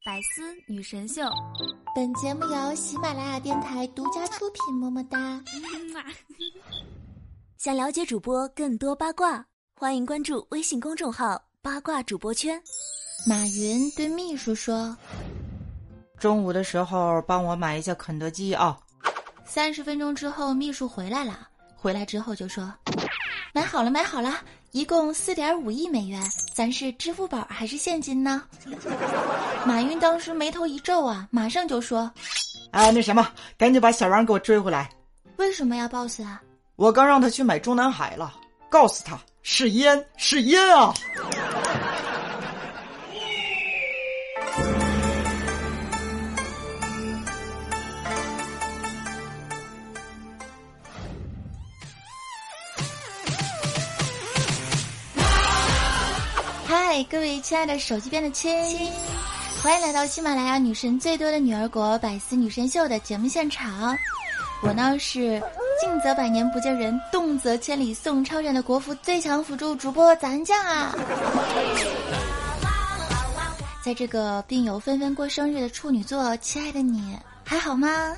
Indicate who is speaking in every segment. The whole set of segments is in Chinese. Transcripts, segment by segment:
Speaker 1: 百思女神秀，
Speaker 2: 本节目由喜马拉雅电台独家出品，么么哒。
Speaker 3: 想了解主播更多八卦，欢迎关注微信公众号八卦主播圈。
Speaker 2: 马云对秘书说，
Speaker 4: 中午的时候帮我买一下肯德基啊。
Speaker 2: 30分钟之后秘书回来了，回来之后就说，买好了，一共4.5亿美元，咱是支付宝还是现金呢？马云当时眉头一皱啊，马上就说，
Speaker 4: 那什么，赶紧把小王给我追回来。
Speaker 2: 为什么呀 boss 啊？
Speaker 4: 我刚让他去买中南海了，告诉他是烟啊。
Speaker 2: 嗨，各位亲爱的手机边的亲，欢迎来到喜马拉雅女神最多的女儿国百思女神秀的节目现场。我呢是静则百年不见人，动则千里送超人的国服最强辅助主播咱酱啊。在这个病友纷纷过生日的处女座，亲爱的你还好吗？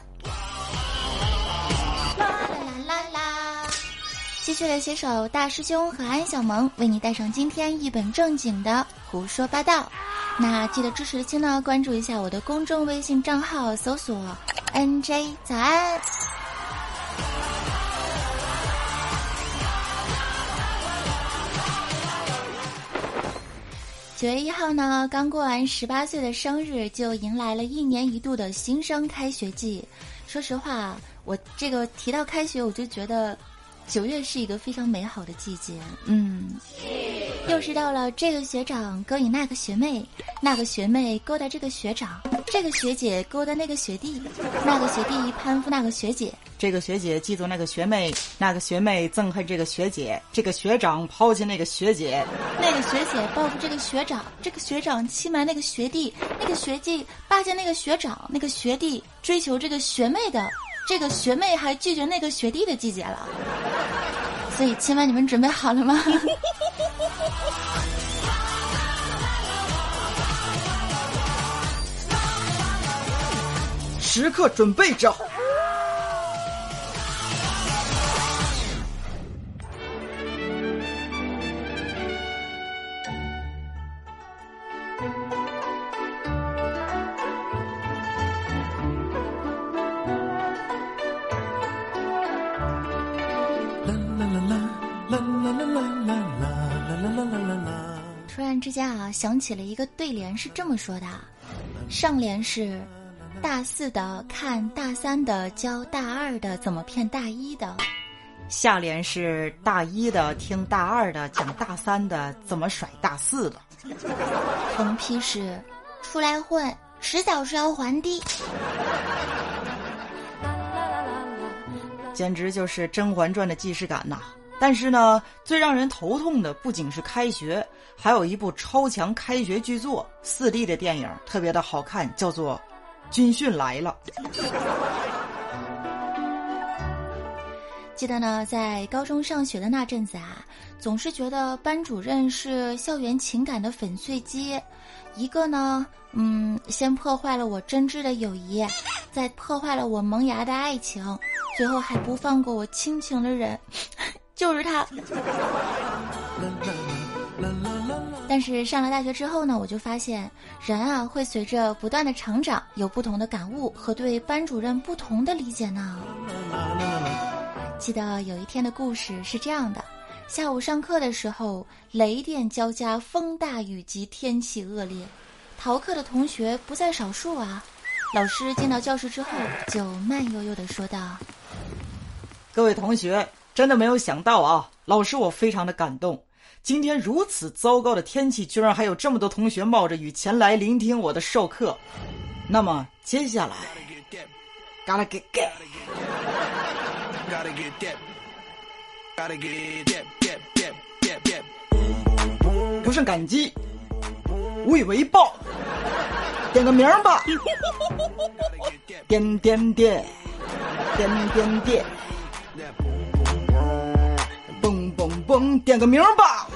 Speaker 2: 继续来携手大师兄和安小萌，为你带上今天一本正经的胡说八道。那记得支持的亲呢，关注一下我的公众微信账号，搜索 NJ 早安。9月1号呢，刚过完18岁的生日，就迎来了1年1度的新生开学季。说实话，我这个提到开学，我就觉得9月是一个非常美好的季节。又是到了这个学长勾引那个学妹，那个学妹勾搭这个学长，这个学姐勾搭那个学弟，那个学弟攀附那个学姐，
Speaker 4: 这个学姐嫉妒那个学妹，那个学妹憎恨这个学姐，这个学长抛弃那个学姐，
Speaker 2: 那个学姐报复这个学长，这个学长欺瞒那个学弟，那个学弟巴结那个学长，那个学弟追求这个学妹的，这个学妹还拒绝那个学弟的季节了。所以亲们，你们准备好了吗？
Speaker 4: 时刻准备着。
Speaker 2: 突然之间啊，想起了一个对联，是这么说的：上联是大4的看大3的教大2的怎么骗大1的，
Speaker 4: 下联是大1的听大2的讲大3的怎么甩大4的，
Speaker 2: 横批是出来混迟早是要还的。
Speaker 4: 简直就是《甄嬛传》的既视感呐！但是呢，最让人头痛的不仅是开学，还有一部超强开学巨作，4D 的电影，特别的好看，叫做《军训来了》。
Speaker 2: 记得呢，在高中上学的那阵子啊，总是觉得班主任是校园情感的粉碎机。一个呢，先破坏了我真挚的友谊，再破坏了我萌芽的爱情，最后还不放过我亲情的人，就是他。但是上了大学之后呢，我就发现人啊会随着不断的成长，有不同的感悟和对班主任不同的理解呢。记得有一天的故事是这样的：下午上课的时候，雷电交加，风大雨急，天气恶劣，逃课的同学不在少数啊。老师进到教室之后，就慢悠悠地说道：
Speaker 4: 各位同学，真的没有想到啊，老师我非常的感动。今天如此糟糕的天气，居然还有这么多同学冒着雨前来聆听我的授课。那么接下来 gotta get不胜感激，无以为报，点个名吧。点点点点点点，蹦蹦蹦，点个名吧。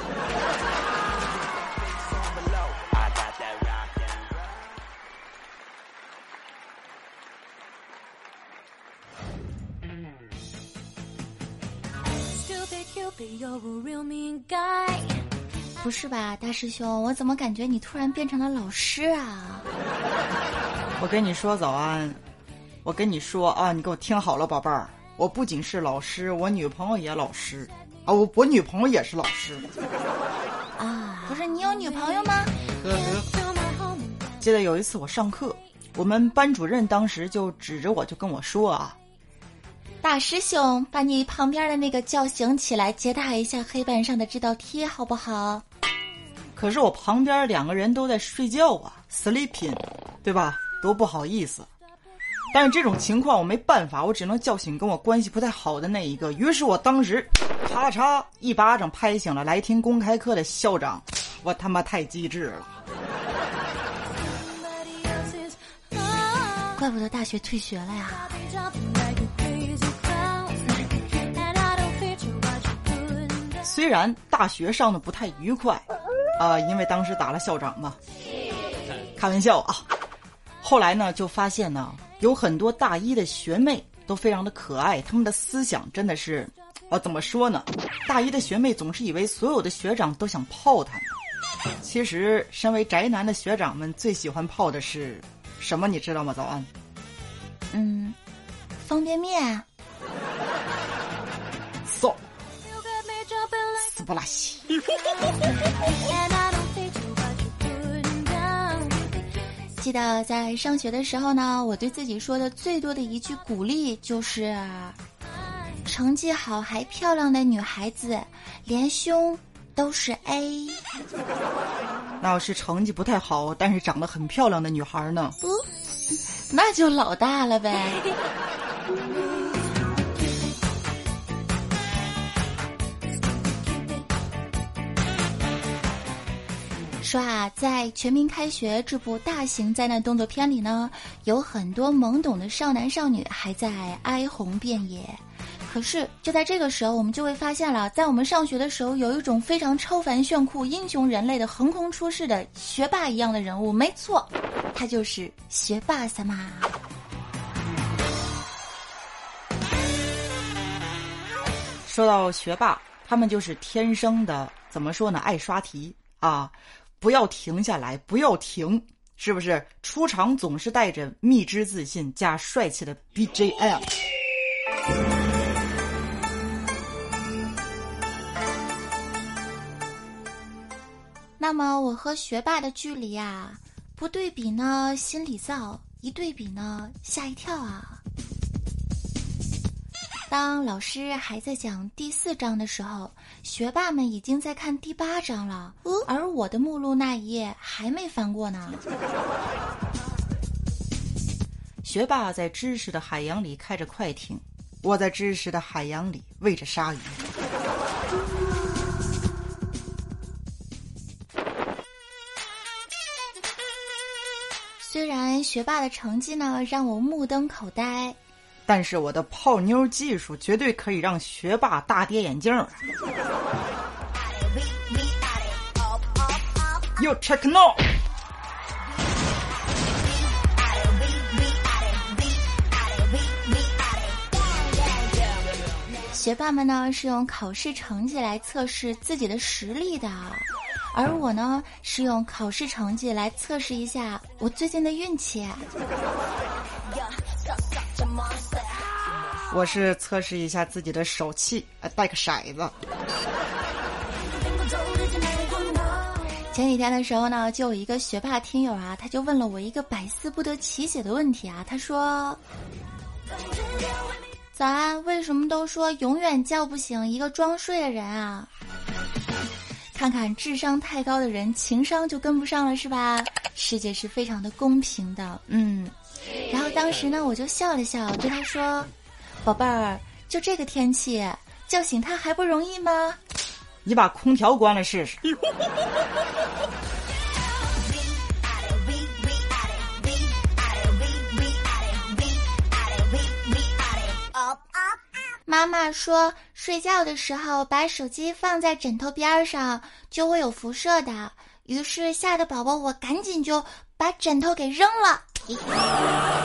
Speaker 2: 不是吧，大师兄，我怎么感觉你突然变成了老师啊？
Speaker 4: 我跟你说早安，我跟你说啊，你给我听好了，宝贝儿，我不仅是老师，我女朋友也老师啊，我女朋友也是老师
Speaker 2: 啊。不是你有女朋友吗？
Speaker 4: 记得有一次我上课，我们班主任当时就指着我就跟我说啊，
Speaker 2: 大师兄，把你旁边的那个叫醒起来，解答一下黑板上的这道题好不好？
Speaker 4: 可是我旁边2个人都在睡觉啊 ，sleeping， 对吧？多不好意思。但是这种情况我没办法，我只能叫醒跟我关系不太好的那一个。于是我当时咔嚓一巴掌拍醒了来听公开课的校长，我他妈太机智了。
Speaker 2: 怪不得大学退学了呀。
Speaker 4: 虽然大学上的不太愉快因为当时打了校长嘛，开玩笑啊。后来呢就发现呢，有很多大一的学妹都非常的可爱，他们的思想真的是怎么说呢，大一的学妹总是以为所有的学长都想泡她们。其实身为宅男的学长们最喜欢泡的是什么你知道吗？早安。
Speaker 2: 方便面。
Speaker 4: 骚死不拉稀。
Speaker 2: 记得在上学的时候呢，我对自己说的最多的一句鼓励就是成绩好还漂亮的女孩子连胸都是 A。
Speaker 4: 那要是成绩不太好但是长得很漂亮的女孩呢？
Speaker 2: 那就老大了呗。说啊，在《全民开学》这部大型灾难动作片里呢，有很多懵懂的少男少女还在哀鸿遍野。可是就在这个时候，我们就会发现了，在我们上学的时候，有一种非常超凡炫酷、英雄人类的横空出世的学霸一样的人物。没错，他就是学霸萨玛。
Speaker 4: 说到学霸，他们就是天生的，怎么说呢，爱刷题啊，不要停下来，不要停，是不是？出场总是带着蜜汁自信加帅气的 BGM。
Speaker 2: 那么我和学霸的距离啊，不对比呢心里燥，一对比呢吓一跳啊。当老师还在讲第4章的时候，学霸们已经在看第8章了，而我的目录那一页还没翻过呢。
Speaker 4: 学霸在知识的海洋里开着快艇，我在知识的海洋里喂着鲨鱼。
Speaker 2: 虽然学霸的成绩呢让我目瞪口呆，
Speaker 4: 但是我的泡妞技术绝对可以让学霸大跌眼镜。You check now。
Speaker 2: 学霸们呢是用考试成绩来测试自己的实力的，而我呢是用考试成绩来测试一下我最近的运气。
Speaker 4: 我是测试一下自己的手气，带个骰子。
Speaker 2: 前几天的时候呢，就有一个学霸听友啊，他就问了我一个百思不得其解的问题啊，他说：早安，为什么都说永远叫不醒一个装睡的人啊？看看智商太高的人，情商就跟不上了是吧？世界是非常的公平的，然后当时呢，我就笑了笑，对他说：宝贝儿，就这个天气，叫醒他还不容易吗？
Speaker 4: 你把空调关了试试。
Speaker 2: 妈妈说睡觉的时候把手机放在枕头边上就会有辐射的，于是吓得宝宝我赶紧就把枕头给扔了。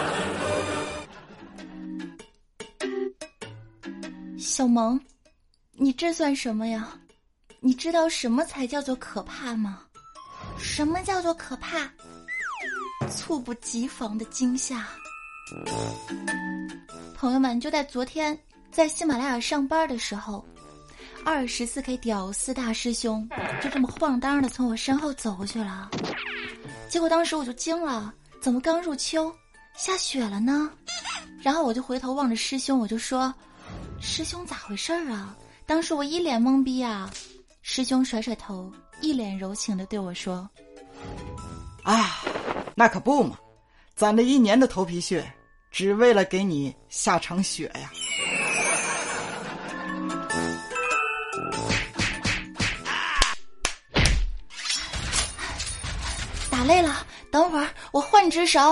Speaker 2: 小萌， 你这算什么呀？你知道什么才叫做可怕吗？什么叫做可怕？猝不及防的惊吓。朋友们，就在昨天在喜马拉雅上班的时候，24K 屌丝大师兄就这么晃荡的从我身后走过去了。结果当时我就惊了，怎么刚入秋下雪了呢？然后我就回头望着师兄，我就说，师兄咋回事啊？当时我一脸懵逼啊。师兄甩甩头，一脸柔情地对我说，
Speaker 4: 啊，那可不嘛，攒了1年的头皮屑，只为了给你下场雪呀。
Speaker 2: 打累了，等会儿我换只手。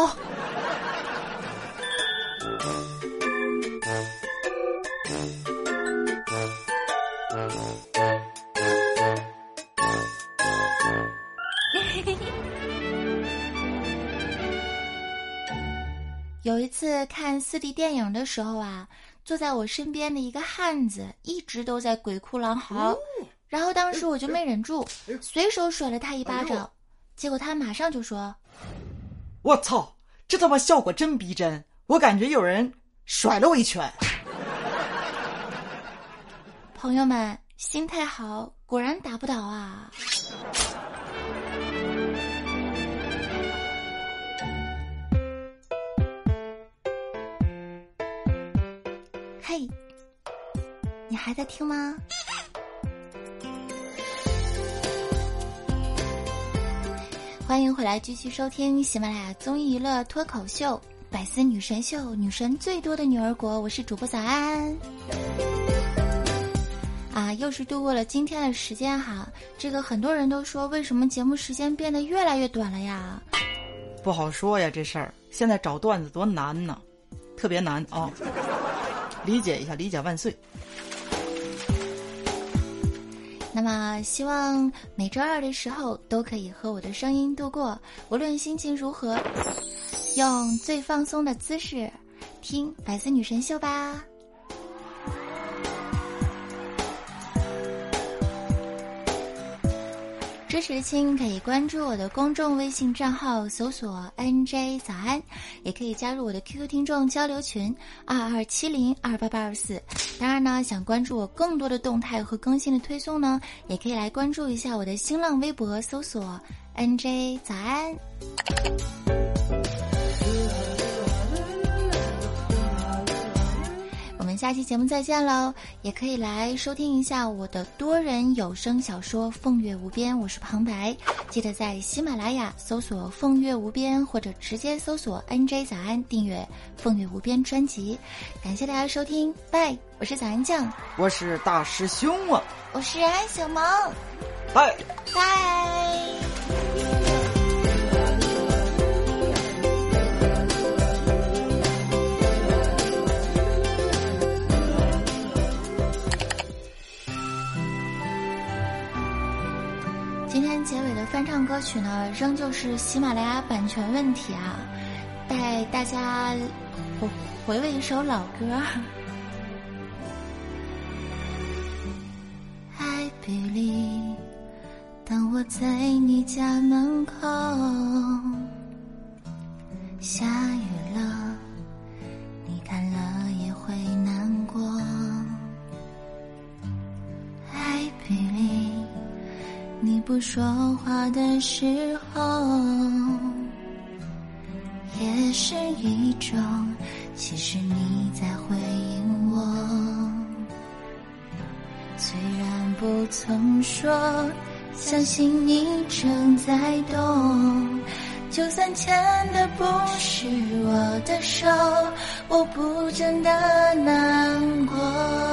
Speaker 2: 有一次看4D 电影的时候啊，坐在我身边的一个汉子一直都在鬼哭狼嚎，然后当时我就没忍住，随手甩了他一巴掌，结果他马上就说，
Speaker 4: 我操，这他妈效果真逼真，我感觉有人甩了我一拳。
Speaker 2: 朋友们，心态好果然打不倒啊。嘿，你还在听吗？欢迎回来继续收听喜马拉雅综艺娱乐脱口秀百思女神秀，女神最多的女儿国，我是主播早安啊，又是度过了今天的时间哈。这个很多人都说，为什么节目时间变得越来越短了呀？
Speaker 4: 不好说呀，这事儿现在找段子多难呢，特别难啊。理解一下，理解万岁。
Speaker 2: 那么希望每周二的时候都可以和我的声音度过，无论心情如何，用最放松的姿势听百思女神秀吧。支持亲可以关注我的公众微信账号，搜索 NJ 早安，也可以加入我的 QQ 听众交流群2270288824。当然呢，想关注我更多的动态和更新的推送呢，也可以来关注一下我的新浪微博，搜索 NJ 早安。我们下期节目再见喽！也可以来收听一下我的多人有声小说《凤月无边》，我是旁白，记得在喜马拉雅搜索《凤月无边》或者直接搜索 NJ 早安订阅《凤月无边》专辑。感谢大家收听，拜！我是早安酱，
Speaker 4: 我是大师兄啊，
Speaker 2: 我是安小萌，
Speaker 4: 拜
Speaker 2: 拜。今天结尾的翻唱歌曲呢，仍旧是喜马拉雅版权问题啊，带大家回味一首老歌。I believe， 当我在你家门口，下雨了，你看了也会难过。I believe，你不说话的时候，也是一种其实你在回应我。虽然不曾说相信你正在动，就算牵的不是我的手，我不真的难过。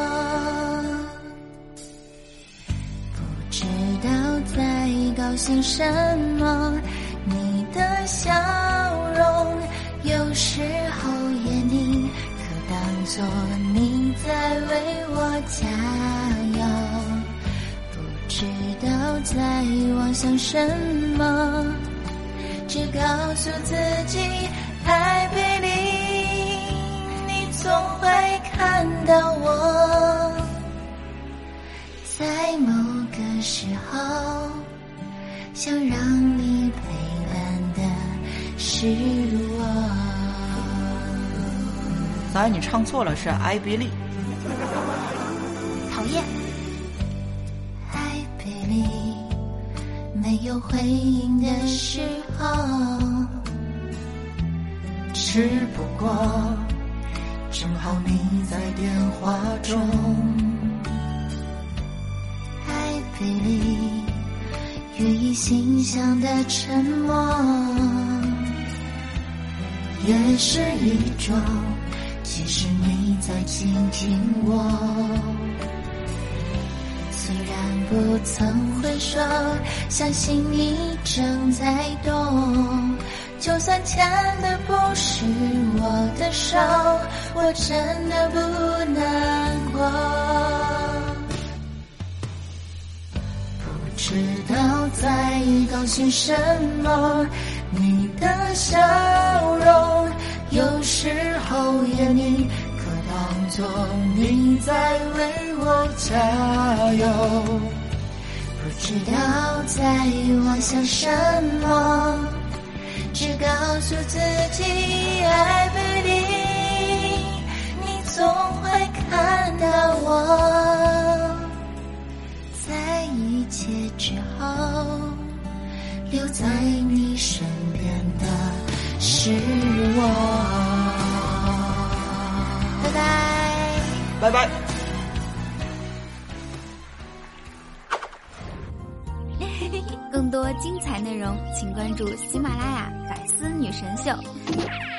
Speaker 2: 在高兴什么？你的笑容有时候也宁可当作你在为我加油。不知道在妄想什么，只告诉自己 I believe， 你总会看到我。 时候，想让你陪伴的是我。
Speaker 4: 早安，你唱错了，是I Believe。
Speaker 2: 讨厌。I believe， 没有回应的时候，
Speaker 4: 只不过正好你在电话中。
Speaker 2: I believe， 予以欣赏的沉默，也是一种其实你在倾听我。虽然不曾会说，相信你正在懂。就算牵的不是我的手，我真的不难过。不知道在高兴什么，你的笑容有时候也你可当作你在为我加油。不知道在妄想什么，只告诉自己 I believe， 你总会看到我。在一切之后，留在你身边的是我。拜拜，
Speaker 4: 拜拜。
Speaker 1: 更多精彩内容，请关注喜马拉雅百思女神秀。